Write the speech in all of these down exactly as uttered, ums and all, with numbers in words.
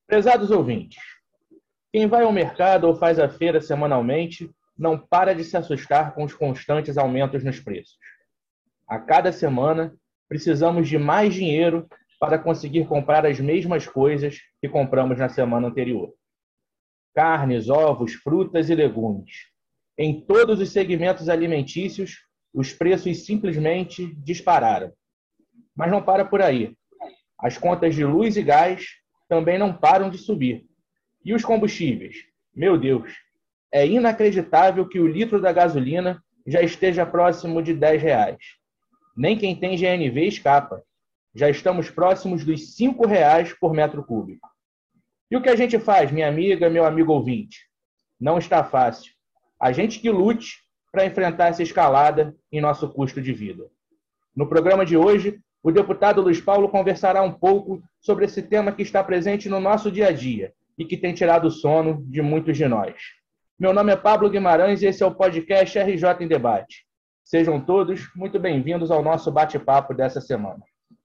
Prezados ouvintes, quem vai ao mercado ou faz a feira semanalmente não para de se assustar com os constantes aumentos nos preços. A cada semana, precisamos de mais dinheiro para conseguir comprar as mesmas coisas que compramos na semana anterior. Carnes, ovos, frutas e legumes. Em todos os segmentos alimentícios, os preços simplesmente dispararam. Mas não para por aí. As contas de luz e gás também não param de subir. E os combustíveis? Meu Deus, é inacreditável que o litro da gasolina já esteja próximo de dez reais. Nem quem tem G N V escapa. Já estamos próximos dos cinco reais por metro cúbico. E o que a gente faz, minha amiga, meu amigo ouvinte? Não está fácil. A gente que lute para enfrentar essa escalada em nosso custo de vida. No programa de hoje, o deputado Luiz Paulo conversará um pouco sobre esse tema que está presente no nosso dia a dia e que tem tirado o sono de muitos de nós. Meu nome é Pablo Guimarães e esse é o podcast R J em Debate. Sejam todos muito bem-vindos ao nosso bate-papo dessa semana.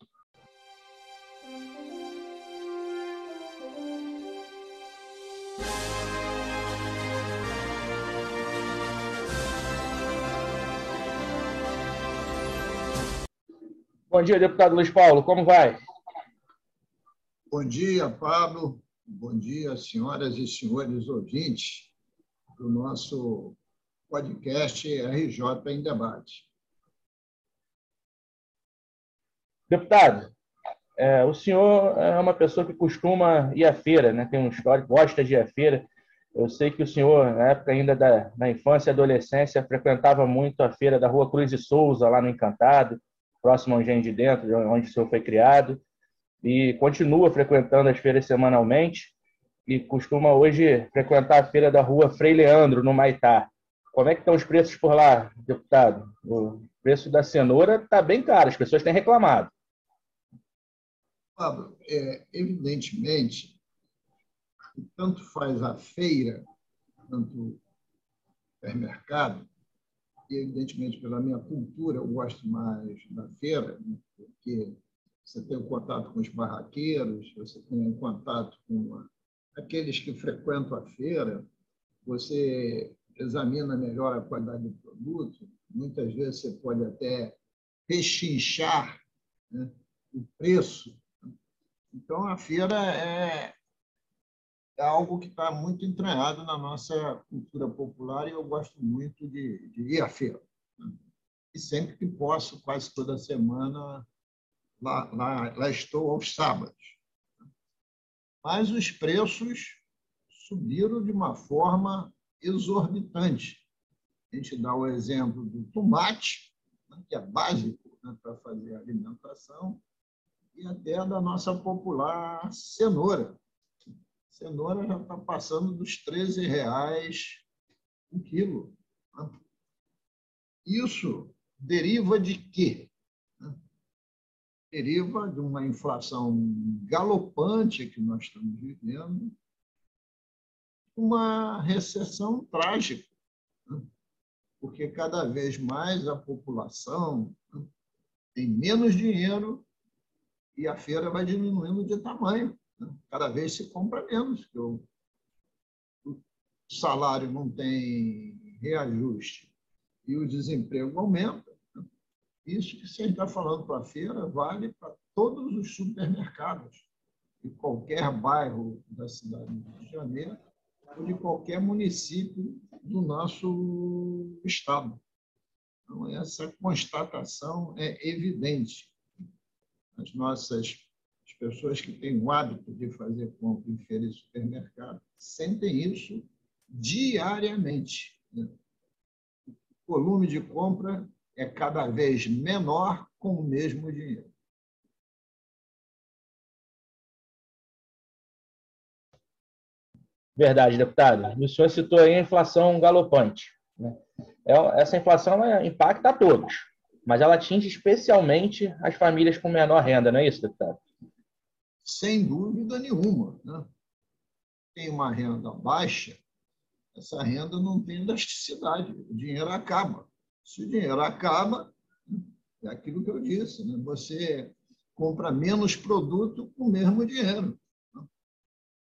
Bom dia, deputado Luiz Paulo, como vai? Bom dia, Pablo. Bom dia, senhoras e senhores ouvintes do nosso podcast R J em Debate. Deputado, é, o senhor é uma pessoa que costuma ir à feira, né? Tem um histórico, gosta de ir à feira. Eu sei que o senhor, na época ainda da, da infância e adolescência, frequentava muito a feira da Rua Cruz de Souza, lá no Encantado, próximo ao Engenho de Dentro, onde o senhor foi criado, e continua frequentando as feiras semanalmente, e costuma hoje frequentar a feira da Rua Frei Leandro, no Maitá. Como é que estão os preços por lá, deputado? O preço da cenoura está bem caro, as pessoas têm reclamado. Pablo, é, evidentemente, tanto faz a feira, quanto o supermercado, e evidentemente pela minha cultura eu gosto mais da feira, né, porque você tem o contato com os barraqueiros, você tem o contato com aqueles que frequentam a feira, você examina melhor a qualidade do produto, muitas vezes você pode até pechinchar, né, o preço. Então, a feira é, é algo que está muito entranhado na nossa cultura popular e eu gosto muito de, de ir à feira. Né? E sempre que posso, quase toda semana, lá, lá, lá estou aos sábados. Mas os preços subiram de uma forma exorbitante. A gente dá o exemplo do tomate, né, que é básico, né, para fazer a alimentação, e até da nossa popular cenoura. Cenoura já está passando dos treze reais um quilo. Isso deriva de quê? Deriva de uma inflação galopante que nós estamos vivendo, uma recessão trágica, porque cada vez mais a população tem menos dinheiro e a feira vai diminuindo de tamanho. Cada vez se compra menos, porque o salário não tem reajuste e o desemprego aumenta. Isso que você está falando para a feira vale para todos os supermercados de qualquer bairro da cidade do Rio de Janeiro ou de qualquer município do nosso estado. Então, essa constatação é evidente. As nossas as pessoas que têm o hábito de fazer compra em feira e supermercado sentem isso diariamente. Né? O volume de compra é cada vez menor com o mesmo dinheiro. Verdade, deputado. O senhor citou aí a inflação galopante, né? Essa inflação ela impacta a todos, mas ela atinge especialmente as famílias com menor renda, não é isso, deputado? Sem dúvida nenhuma. Né? Tem uma renda baixa, essa renda não tem elasticidade, o dinheiro acaba. Se o dinheiro acaba, é aquilo que eu disse, né? Você compra menos produto com o mesmo dinheiro.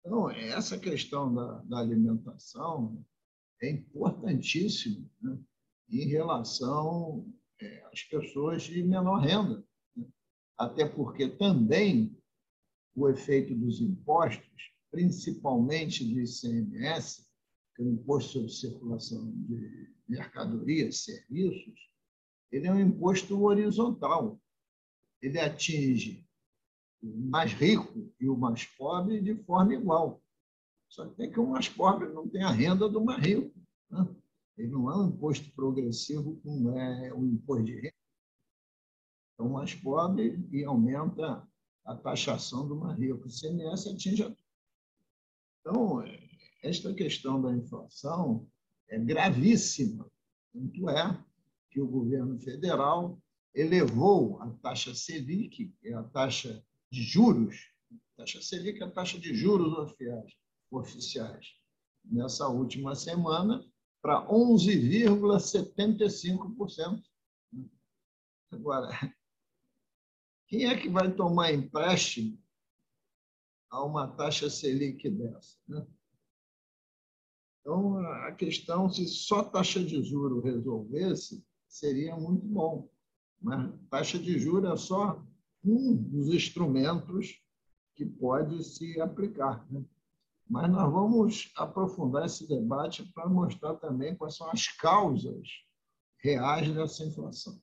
Então, essa questão da, da alimentação é importantíssima, né, em relação é, às pessoas de menor renda, né? Até porque também o efeito dos impostos, principalmente do I C M S, que é o Imposto sobre Circulação de Mercadorias e Serviços, ele é um imposto horizontal. Ele atinge o mais rico e o mais pobre de forma igual. Só que tem que o mais pobre não tem a renda do mais rico, né? Ele não é um imposto progressivo como é o imposto de renda. É o mais pobre e aumenta a taxação do mais rico. O I C M S atinge a... Então, esta questão da inflação é gravíssima. Tanto é que o governo federal elevou a taxa Selic, que é a taxa de juros, a taxa Selic é a taxa de juros oficiais, oficiais nessa última semana, para onze vírgula setenta e cinco por cento. Agora, quem é que vai tomar empréstimo a uma taxa Selic dessa, né? Então, a questão, se só taxa de juros resolvesse, seria muito bom. Mas taxa de juros é só um dos instrumentos que pode se aplicar, né? Mas nós vamos aprofundar esse debate para mostrar também quais são as causas reais dessa inflação.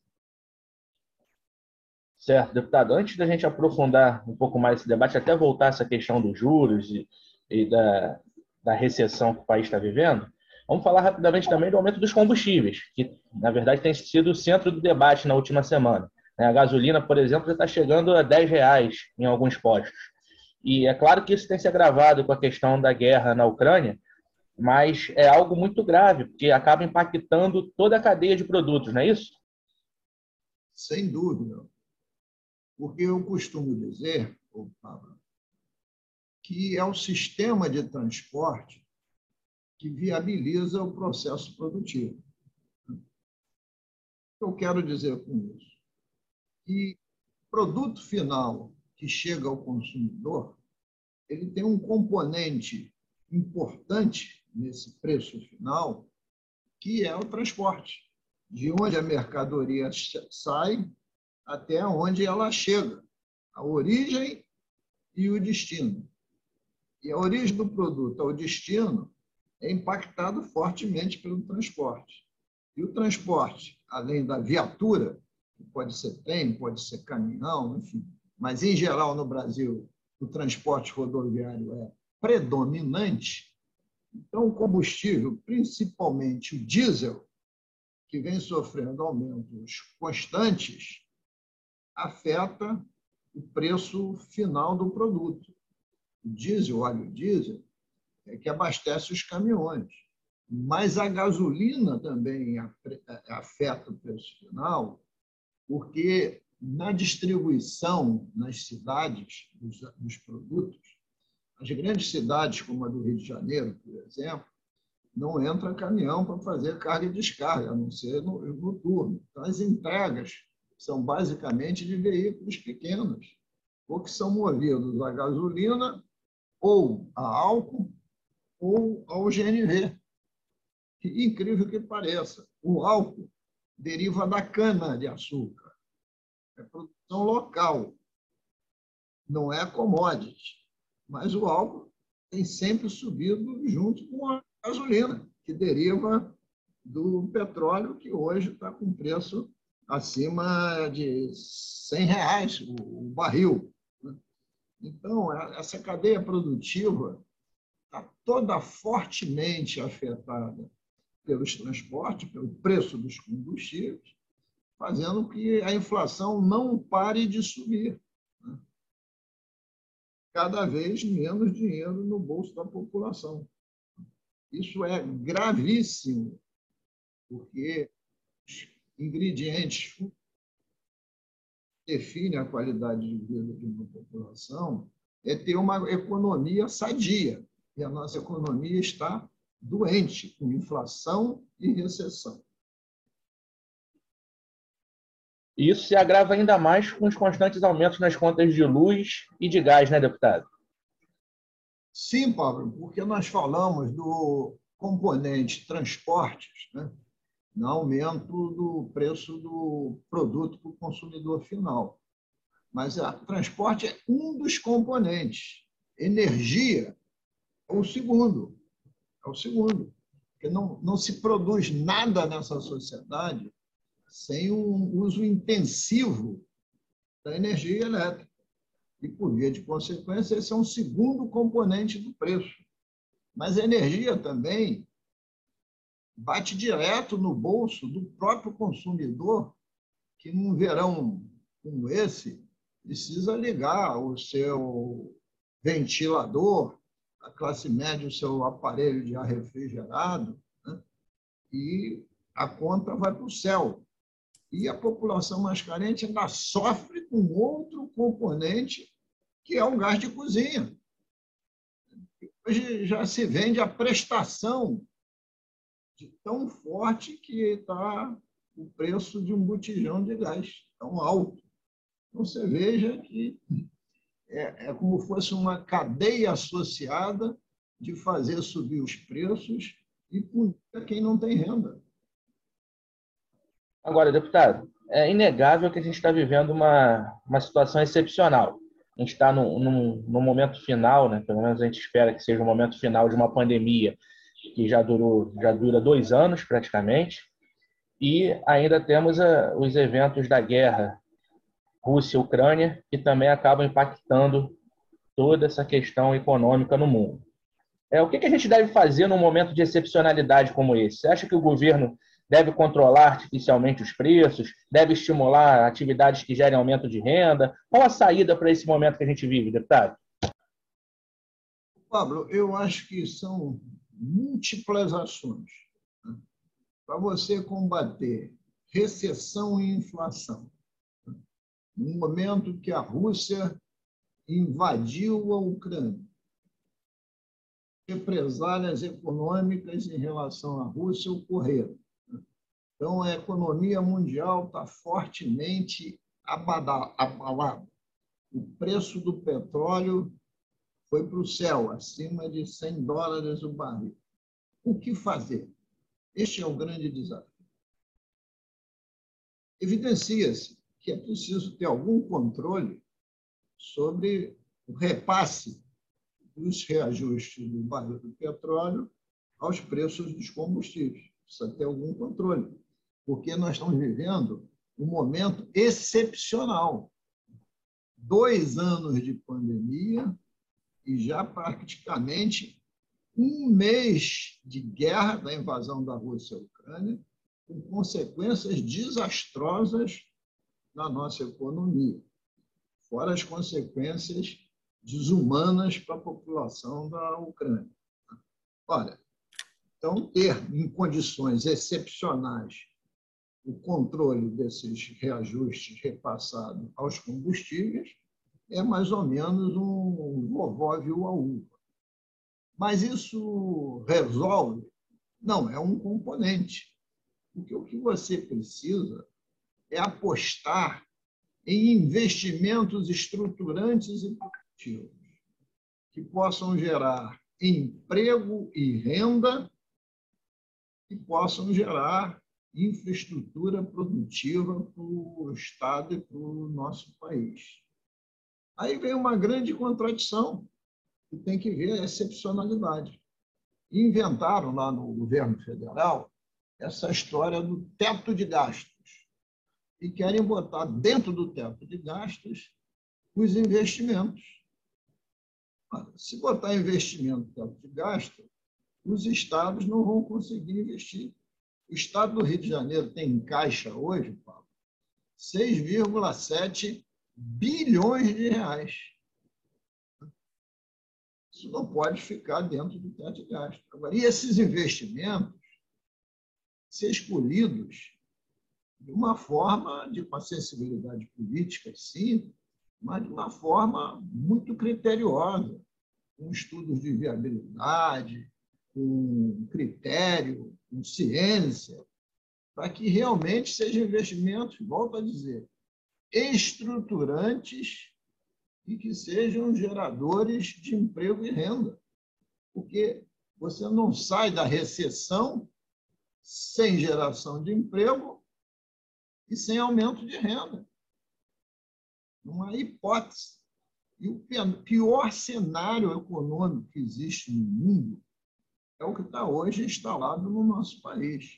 Certo, deputado. Antes da gente aprofundar um pouco mais esse debate, até voltar a essa questão dos juros e, e da, da recessão que o país está vivendo, vamos falar rapidamente também do aumento dos combustíveis, que, na verdade, tem sido o centro do debate na última semana. A gasolina, por exemplo, já está chegando a dez reais em alguns postos. E é claro que isso tem se agravado com a questão da guerra na Ucrânia, mas é algo muito grave, porque acaba impactando toda a cadeia de produtos, não é isso? Sem dúvida. Porque eu costumo dizer, Pablo, que é o sistema de transporte que viabiliza o processo produtivo. O que eu quero dizer com isso? Que o produto final que chega ao consumidor, ele tem um componente importante nesse preço final, que é o transporte, de onde a mercadoria sai até onde ela chega, a origem e o destino. E a origem do produto ao destino é impactado fortemente pelo transporte. E o transporte, além da viatura, que pode ser trem, pode ser caminhão, enfim, mas, em geral, no Brasil, o transporte rodoviário é predominante. Então, o combustível, principalmente o diesel, que vem sofrendo aumentos constantes, afeta o preço final do produto. O diesel, o óleo diesel, é que abastece os caminhões. Mas a gasolina também afeta o preço final, porque na distribuição nas cidades dos, dos produtos, as grandes cidades, como a do Rio de Janeiro, por exemplo, não entra caminhão para fazer carga e descarga, a não ser no, no turno. Então, as entregas são basicamente de veículos pequenos, ou que são movidos a gasolina, ou a álcool, ou ao G N V. Que, incrível que pareça, o álcool deriva da cana-de-açúcar. É produção local, não é commodity. Mas o álcool tem sempre subido junto com a gasolina, que deriva do petróleo, que hoje está com preço acima de cem reais o barril. Então, essa cadeia produtiva está toda fortemente afetada pelos transportes, pelo preço dos combustíveis, fazendo que a inflação não pare de subir. Cada vez menos dinheiro no bolso da população. Isso é gravíssimo, porque os ingredientes que definem a qualidade de vida de uma população é ter uma economia sadia. E a nossa economia está doente, com inflação e recessão. E isso se agrava ainda mais com os constantes aumentos nas contas de luz e de gás, né, deputado? Sim, Pablo, porque nós falamos do componente transportes, né, no aumento do preço do produto para o consumidor final. Mas o transporte é um dos componentes. Energia é o segundo. É o segundo. Porque não, não se produz nada nessa sociedade sem um uso intensivo da energia elétrica. E, por via de consequência, esse é um segundo componente do preço. Mas a energia também bate direto no bolso do próprio consumidor, que num verão como esse precisa ligar o seu ventilador, a classe média, o seu aparelho de ar refrigerado, né? E a conta vai para o céu. E a população mais carente ainda sofre com outro componente, que é o gás de cozinha. Hoje já se vende a prestação de tão forte que está o preço de um botijão de gás, tão alto. Então, você veja que é, é como fosse uma cadeia associada de fazer subir os preços e punir quem não tem renda. Agora, deputado, é inegável que a gente está vivendo uma, uma situação excepcional. A gente está no, no, no momento final, né? Pelo menos a gente espera que seja o momento final de uma pandemia que já, durou, já dura dois anos praticamente, e ainda temos a, os eventos da guerra Rússia e Ucrânia, que também acabam impactando toda essa questão econômica no mundo. É, o que, que a gente deve fazer num momento de excepcionalidade como esse? Você acha que o governo deve controlar artificialmente os preços, deve estimular atividades que gerem aumento de renda? Qual a saída para esse momento que a gente vive, deputado? Pablo, eu acho que são múltiplas ações, né, para você combater recessão e inflação. No momento que a Rússia invadiu a Ucrânia, represálias econômicas em relação à Rússia ocorreram. Então, a economia mundial está fortemente abalada. O preço do petróleo foi para o céu, acima de cem dólares o barril. O que fazer? Este é o grande desafio. Evidencia-se que é preciso ter algum controle sobre o repasse dos reajustes do barril do petróleo aos preços dos combustíveis. Precisa ter algum controle, porque nós estamos vivendo um momento excepcional. Dois anos de pandemia e já praticamente um mês de guerra da invasão da Rússia à Ucrânia, com consequências desastrosas na nossa economia, fora as consequências desumanas para a população da Ucrânia. Olha, então, ter em condições excepcionais o controle desses reajustes repassados aos combustíveis é mais ou menos um vovó viu a uva. Mas isso resolve? Não, é um componente. Porque o que você precisa é apostar em investimentos estruturantes e produtivos que possam gerar emprego e renda e possam gerar infraestrutura produtiva para o Estado e para o nosso país. Aí vem uma grande contradição, que tem que ver a excepcionalidade. Inventaram lá no governo federal essa história do teto de gastos e querem botar dentro do teto de gastos os investimentos. Se botar investimento no teto de gasto, os estados não vão conseguir investir. O estado do Rio de Janeiro tem em caixa hoje, Paulo, seis vírgula sete bilhões de reais. Isso não pode ficar dentro do teto de gasto. Agora, e esses investimentos ser escolhidos de uma forma, de uma sensibilidade política, sim, mas de uma forma muito criteriosa, com estudos de viabilidade, com critério, com ciência, para que realmente sejam investimentos, volto a dizer, estruturantes e que sejam geradores de emprego e renda. porque você não sai da recessão sem geração de emprego e sem aumento de renda. Não há hipótese. E o pior cenário econômico que existe no mundo é o que está hoje instalado no nosso país.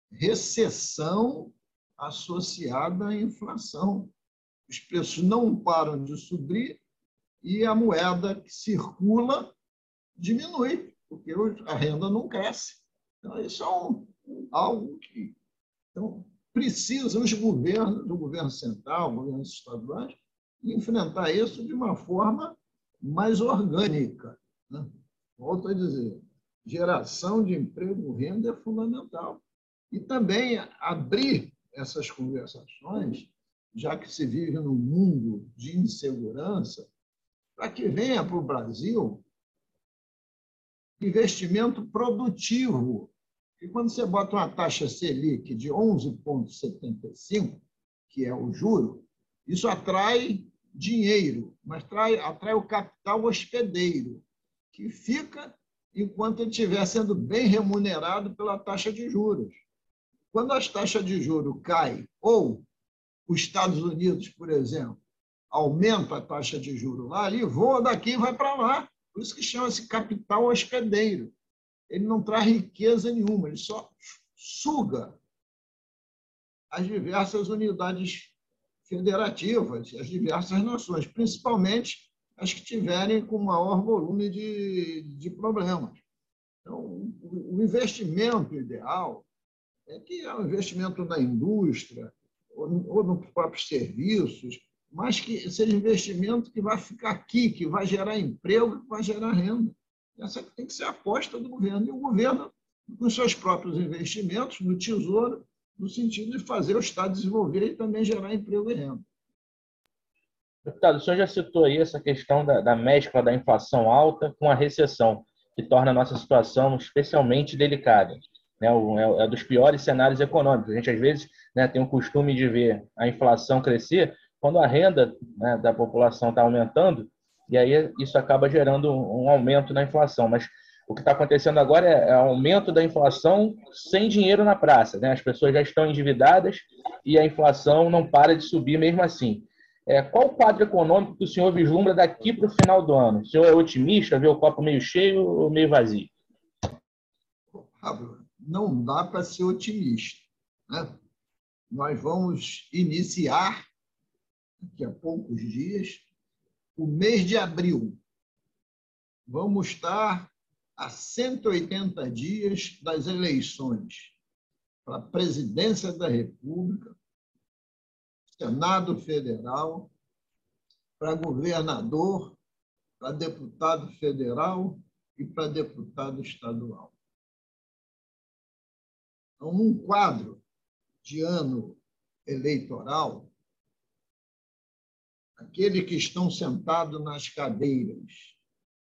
Recessão associada à inflação. Os preços não param de subir e a moeda que circula diminui, porque a renda não cresce. Então, isso é um, algo que... Então, precisam os governos, do governo central, governos estaduais, enfrentar isso de uma forma mais orgânica. Né? Volto a dizer, geração de emprego e renda é fundamental. E também abrir essas conversações, já que se vive num mundo de insegurança, para que venha para o Brasil investimento produtivo. E quando você bota uma taxa Selic de onze vírgula setenta e cinco, que é o juro, isso atrai dinheiro, mas atrai, atrai o capital hospedeiro, que fica enquanto ele estiver sendo bem remunerado pela taxa de juros. Quando as taxas de juros caem, ou os Estados Unidos, por exemplo, aumenta a taxa de juros lá, ele voa daqui e vai para lá. Por isso que chama-se capital hospedeiro. Ele não traz riqueza nenhuma, ele só suga as diversas unidades federativas, as diversas nações, principalmente as que tiverem com maior volume de, de problemas. Então, o investimento ideal é que é um investimento na indústria ou, ou nos próprios serviços, mas que seja investimento que vai ficar aqui, que vai gerar emprego, que vai gerar renda. Essa tem que ser a aposta do governo. E o governo, com seus próprios investimentos, no Tesouro, no sentido de fazer o Estado desenvolver e também gerar emprego e renda. Deputado, o senhor já citou aí essa questão da, da mescla da inflação alta com a recessão, que torna a nossa situação especialmente delicada. Né? O, é, é dos piores cenários econômicos. A gente, às vezes, né, tem o costume de ver a inflação crescer quando a renda, né, da população está aumentando, e aí isso acaba gerando um, um aumento na inflação. Mas o que está acontecendo agora é, é aumento da inflação sem dinheiro na praça. Né? As pessoas já estão endividadas e a inflação não para de subir mesmo assim. É, qual o quadro econômico que o senhor vislumbra daqui para o final do ano? O senhor é otimista, vê o copo meio cheio ou meio vazio? Pablo, não dá para ser otimista. Né? Nós vamos iniciar, daqui a poucos dias, o mês de abril. Vamos estar a cento e oitenta dias das eleições para a presidência da República, Senado Federal, para governador, para deputado federal e para deputado estadual. Então, num quadro de ano eleitoral, aqueles que estão sentados nas cadeiras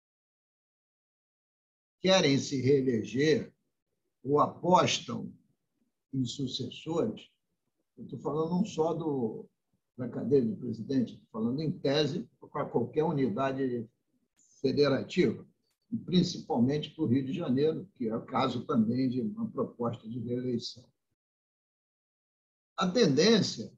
querem se reeleger ou apostam em sucessores, eu estou falando não só do, da cadeira do presidente, estou falando em tese para qualquer unidade federativa, e principalmente para o Rio de Janeiro, que é o caso também de uma proposta de reeleição. A tendência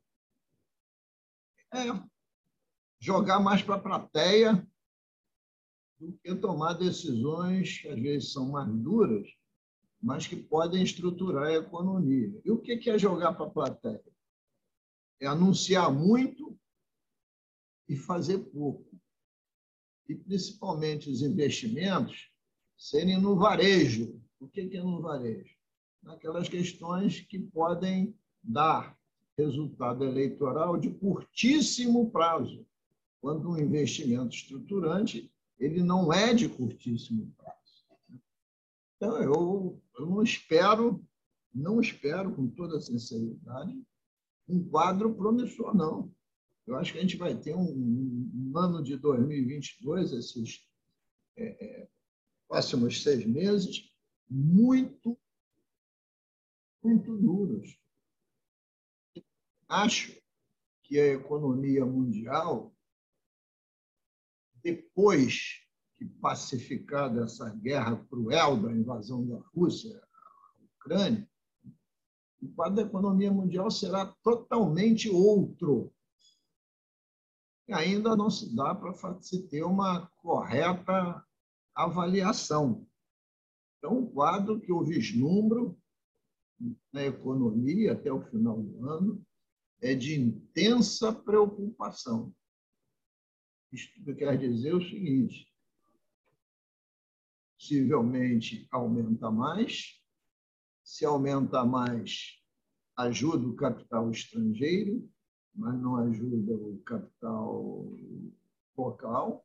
é jogar mais para a plateia do que tomar decisões que às vezes são mais duras, mas que podem estruturar a economia. E o que é jogar para a plateia? É anunciar muito e fazer pouco. E, principalmente, os investimentos serem no varejo. O que é no varejo? Naquelas questões que podem dar resultado eleitoral de curtíssimo prazo, quando um investimento estruturante ele não é de curtíssimo prazo. Então, eu, eu não espero, não espero, com toda sinceridade, um quadro promissor, não. Eu acho que a gente vai ter um, um ano de dois mil e vinte e dois, esses é, é, próximos seis meses, muito, muito duros. Acho que a economia mundial, depois que pacificar dessa guerra cruel da invasão da Rússia à Ucrânia, o quadro da economia mundial será totalmente outro. E ainda não se dá para se ter uma correta avaliação. Então, um quadro que eu vislumbro na economia até o final do ano é de intensa preocupação. Isto quer dizer o seguinte: possivelmente aumenta mais, se aumenta mais, ajuda o capital estrangeiro, mas não ajuda o capital local.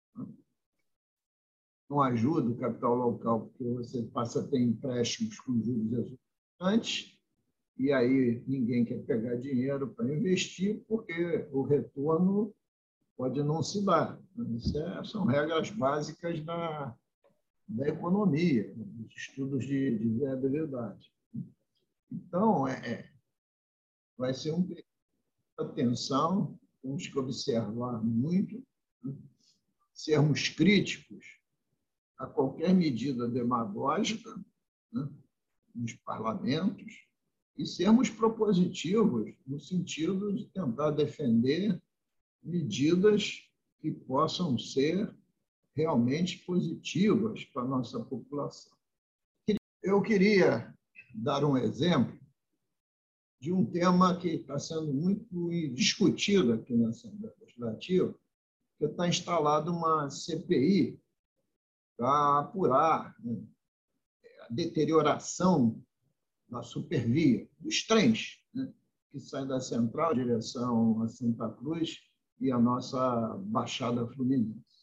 Não ajuda o capital local, porque você passa a ter empréstimos com juros exorbitantes, e aí ninguém quer pegar dinheiro para investir, porque o retorno pode não se dar. Isso é, são regras básicas da, da economia, dos estudos de, de viabilidade. Então, é, é, vai ser um período de atenção, temos que observar muito, né? Sermos críticos a qualquer medida demagógica, né, nos parlamentos, e sermos propositivos no sentido de tentar defender medidas que possam ser realmente positivas para a nossa população. Eu queria dar um exemplo de um tema que está sendo muito discutido aqui na Assembleia Legislativa, que está instalada uma C P I para apurar, né, a deterioração da supervia, dos trens, né, que saem da Central em direção a Santa Cruz e a nossa Baixada Fluminense.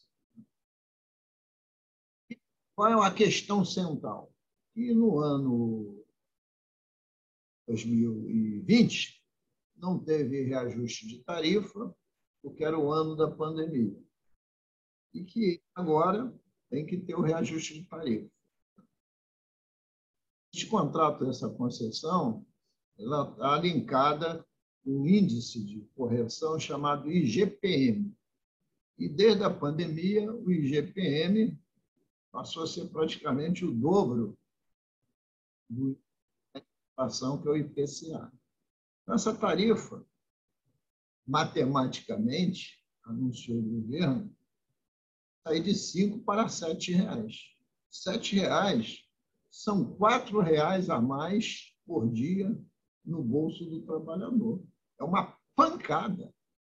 Qual é a questão central? Que no ano dois mil e vinte não teve reajuste de tarifa, porque era o ano da pandemia. E que agora tem que ter o reajuste de tarifa. Esse contrato, essa concessão, ela está linkada com um índice de correção chamado I G P M. E desde a pandemia, o I G P M passou a ser praticamente o dobro da inflação, que é o I P C A. Essa tarifa, matematicamente, anunciou o governo, sair de cinco para sete reais. Sete reais são quatro reais a mais por dia no bolso do trabalhador. É uma pancada.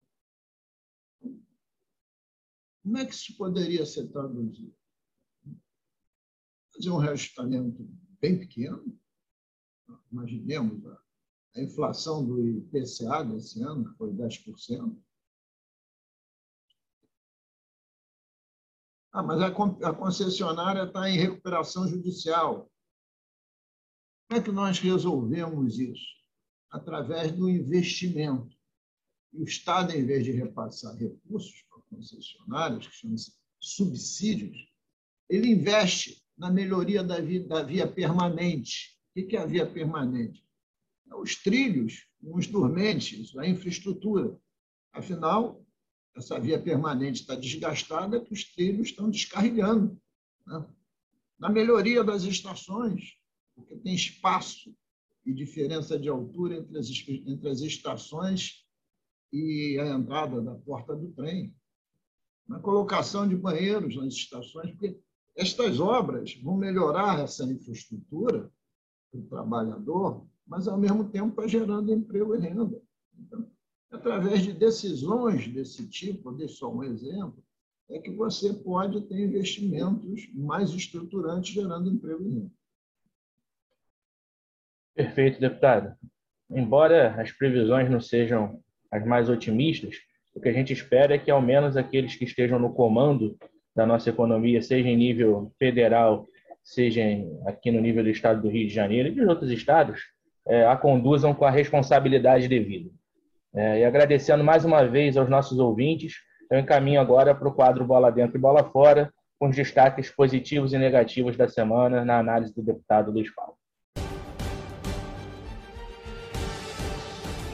Como é que isso poderia ser traduzido? Fazer um reajustamento bem pequeno. Imaginemos a, a inflação do I P C A desse ano, que foi dez por cento. Ah, mas a concessionária está em recuperação judicial. Como é que nós resolvemos isso? Através do investimento. E o Estado, em vez de repassar recursos para concessionários, que chamam-se subsídios, ele investe na melhoria da via, da via permanente. O que é a via permanente? Os trilhos, os dormentes, a infraestrutura. Afinal, essa via permanente está desgastada, que os trilhos estão descarregando, né? Na melhoria das estações, porque tem espaço e diferença de altura entre as, entre as estações e a entrada da porta do trem. Na colocação de banheiros nas estações, porque estas obras vão melhorar essa infraestrutura do trabalhador, mas, ao mesmo tempo, está gerando emprego e renda. Então, através de decisões desse tipo, desse só um exemplo, é que você pode ter investimentos mais estruturantes gerando emprego e renda. Perfeito, deputado. Embora as previsões não sejam as mais otimistas, o que a gente espera é que, ao menos, aqueles que estejam no comando da nossa economia, seja em nível federal, seja aqui no nível do estado do Rio de Janeiro e de outros estados, é, a conduzam com a responsabilidade devida. É, e agradecendo mais uma vez aos nossos ouvintes, eu encaminho agora para o quadro Bola Dentro e Bola Fora, com os destaques positivos e negativos da semana na análise do deputado Luiz Paulo.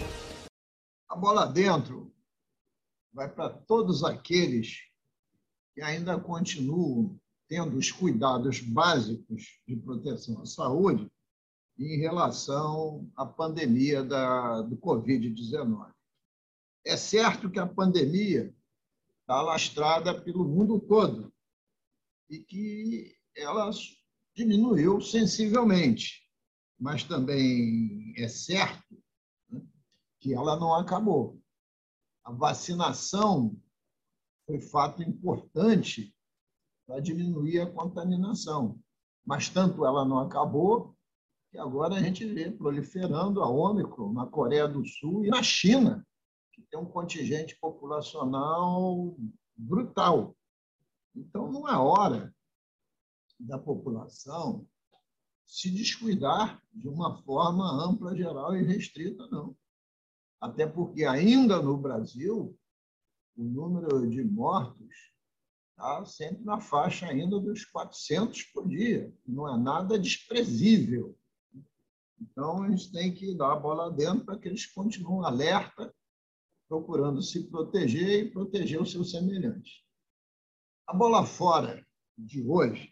A bola dentro vai para todos aqueles que ainda continuam tendo os cuidados básicos de proteção à saúde em relação à pandemia da, do covid dezenove. É certo que a pandemia está alastrada pelo mundo todo e que ela diminuiu sensivelmente, mas também é certo, né, que ela não acabou. A vacinação foi fato importante para diminuir a contaminação, mas tanto ela não acabou que agora a gente vê proliferando a Ômicron na Coreia do Sul e na China, que tem um contingente populacional brutal. Então, não é hora da população se descuidar de uma forma ampla, geral e restrita, não. Até porque, ainda no Brasil, o número de mortos está sempre na faixa ainda dos quatrocentos por dia. Não é nada desprezível. Então, a gente tem que dar a bola dentro para que eles continuem alerta, procurando se proteger e proteger os seus semelhantes. A bola fora de hoje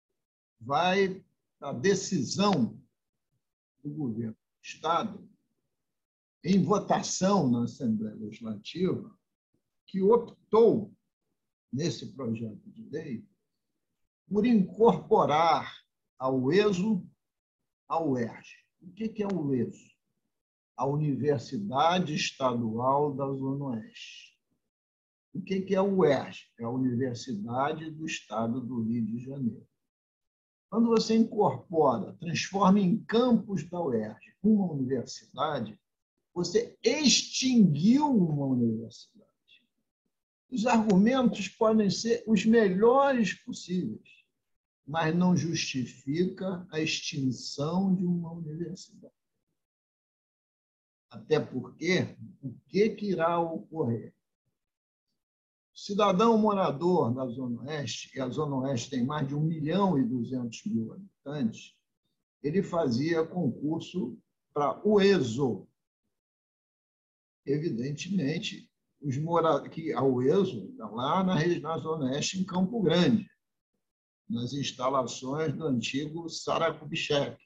vai a decisão do governo do Estado em votação na Assembleia Legislativa, que optou, nesse projeto de lei, por incorporar ao ESO a U E R J. O que é o U E S O? A Universidade Estadual da Zona Oeste. O que é o U E R J? É a Universidade do Estado do Rio de Janeiro. Quando você incorpora, transforma em campus da U E R J uma universidade, você extinguiu uma universidade. Os argumentos podem ser os melhores possíveis, mas não justifica a extinção de uma universidade. Até porque, o que, que irá ocorrer? O cidadão morador da Zona Oeste, e a Zona Oeste tem mais de um milhão e duzentos mil habitantes, ele fazia concurso para o ESO. Evidentemente, os moradores, que a U E S O está lá na, na Zona Oeste, em Campo Grande, nas instalações do antigo Sara Kubitschek.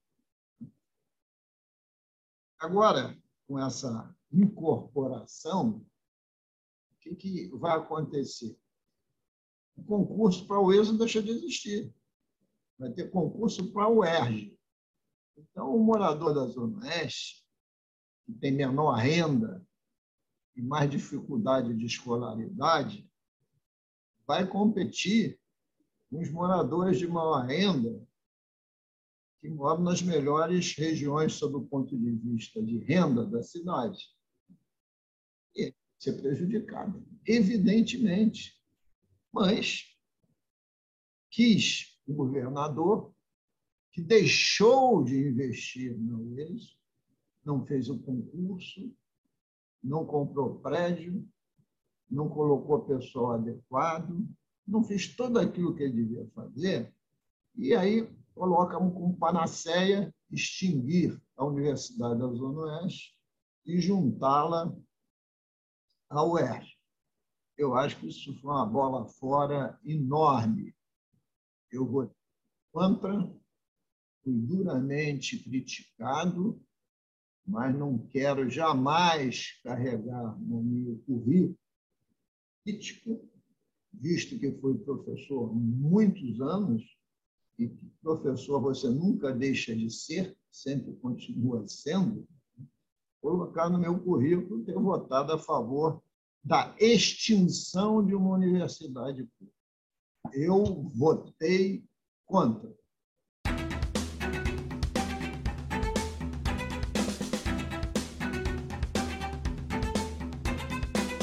Agora, com essa incorporação, o que, que vai acontecer? O concurso para o E S O deixa de existir. Vai ter concurso para o U E R J. Então, o morador da Zona Oeste, que tem menor renda e mais dificuldade de escolaridade, vai competir com os moradores de maior renda que moram nas melhores regiões sob o ponto de vista de renda da cidade. E ser prejudicado, evidentemente. Mas quis o governador, que deixou de investir na U E S O, não fez o concurso, não comprou prédio, não colocou pessoal adequado, não fez tudo aquilo que ele devia fazer, e aí coloca como panaceia extinguir a Universidade da Zona Oeste e juntá-la à U E R J. Eu acho que isso foi uma bola fora enorme. Eu vou contra, fui duramente criticado, mas não quero jamais carregar no meu currículo crítico, visto que fui professor há muitos anos, e que professor você nunca deixa de ser, sempre continua sendo, colocar no meu currículo ter votado a favor da extinção de uma universidade pública. Eu votei contra.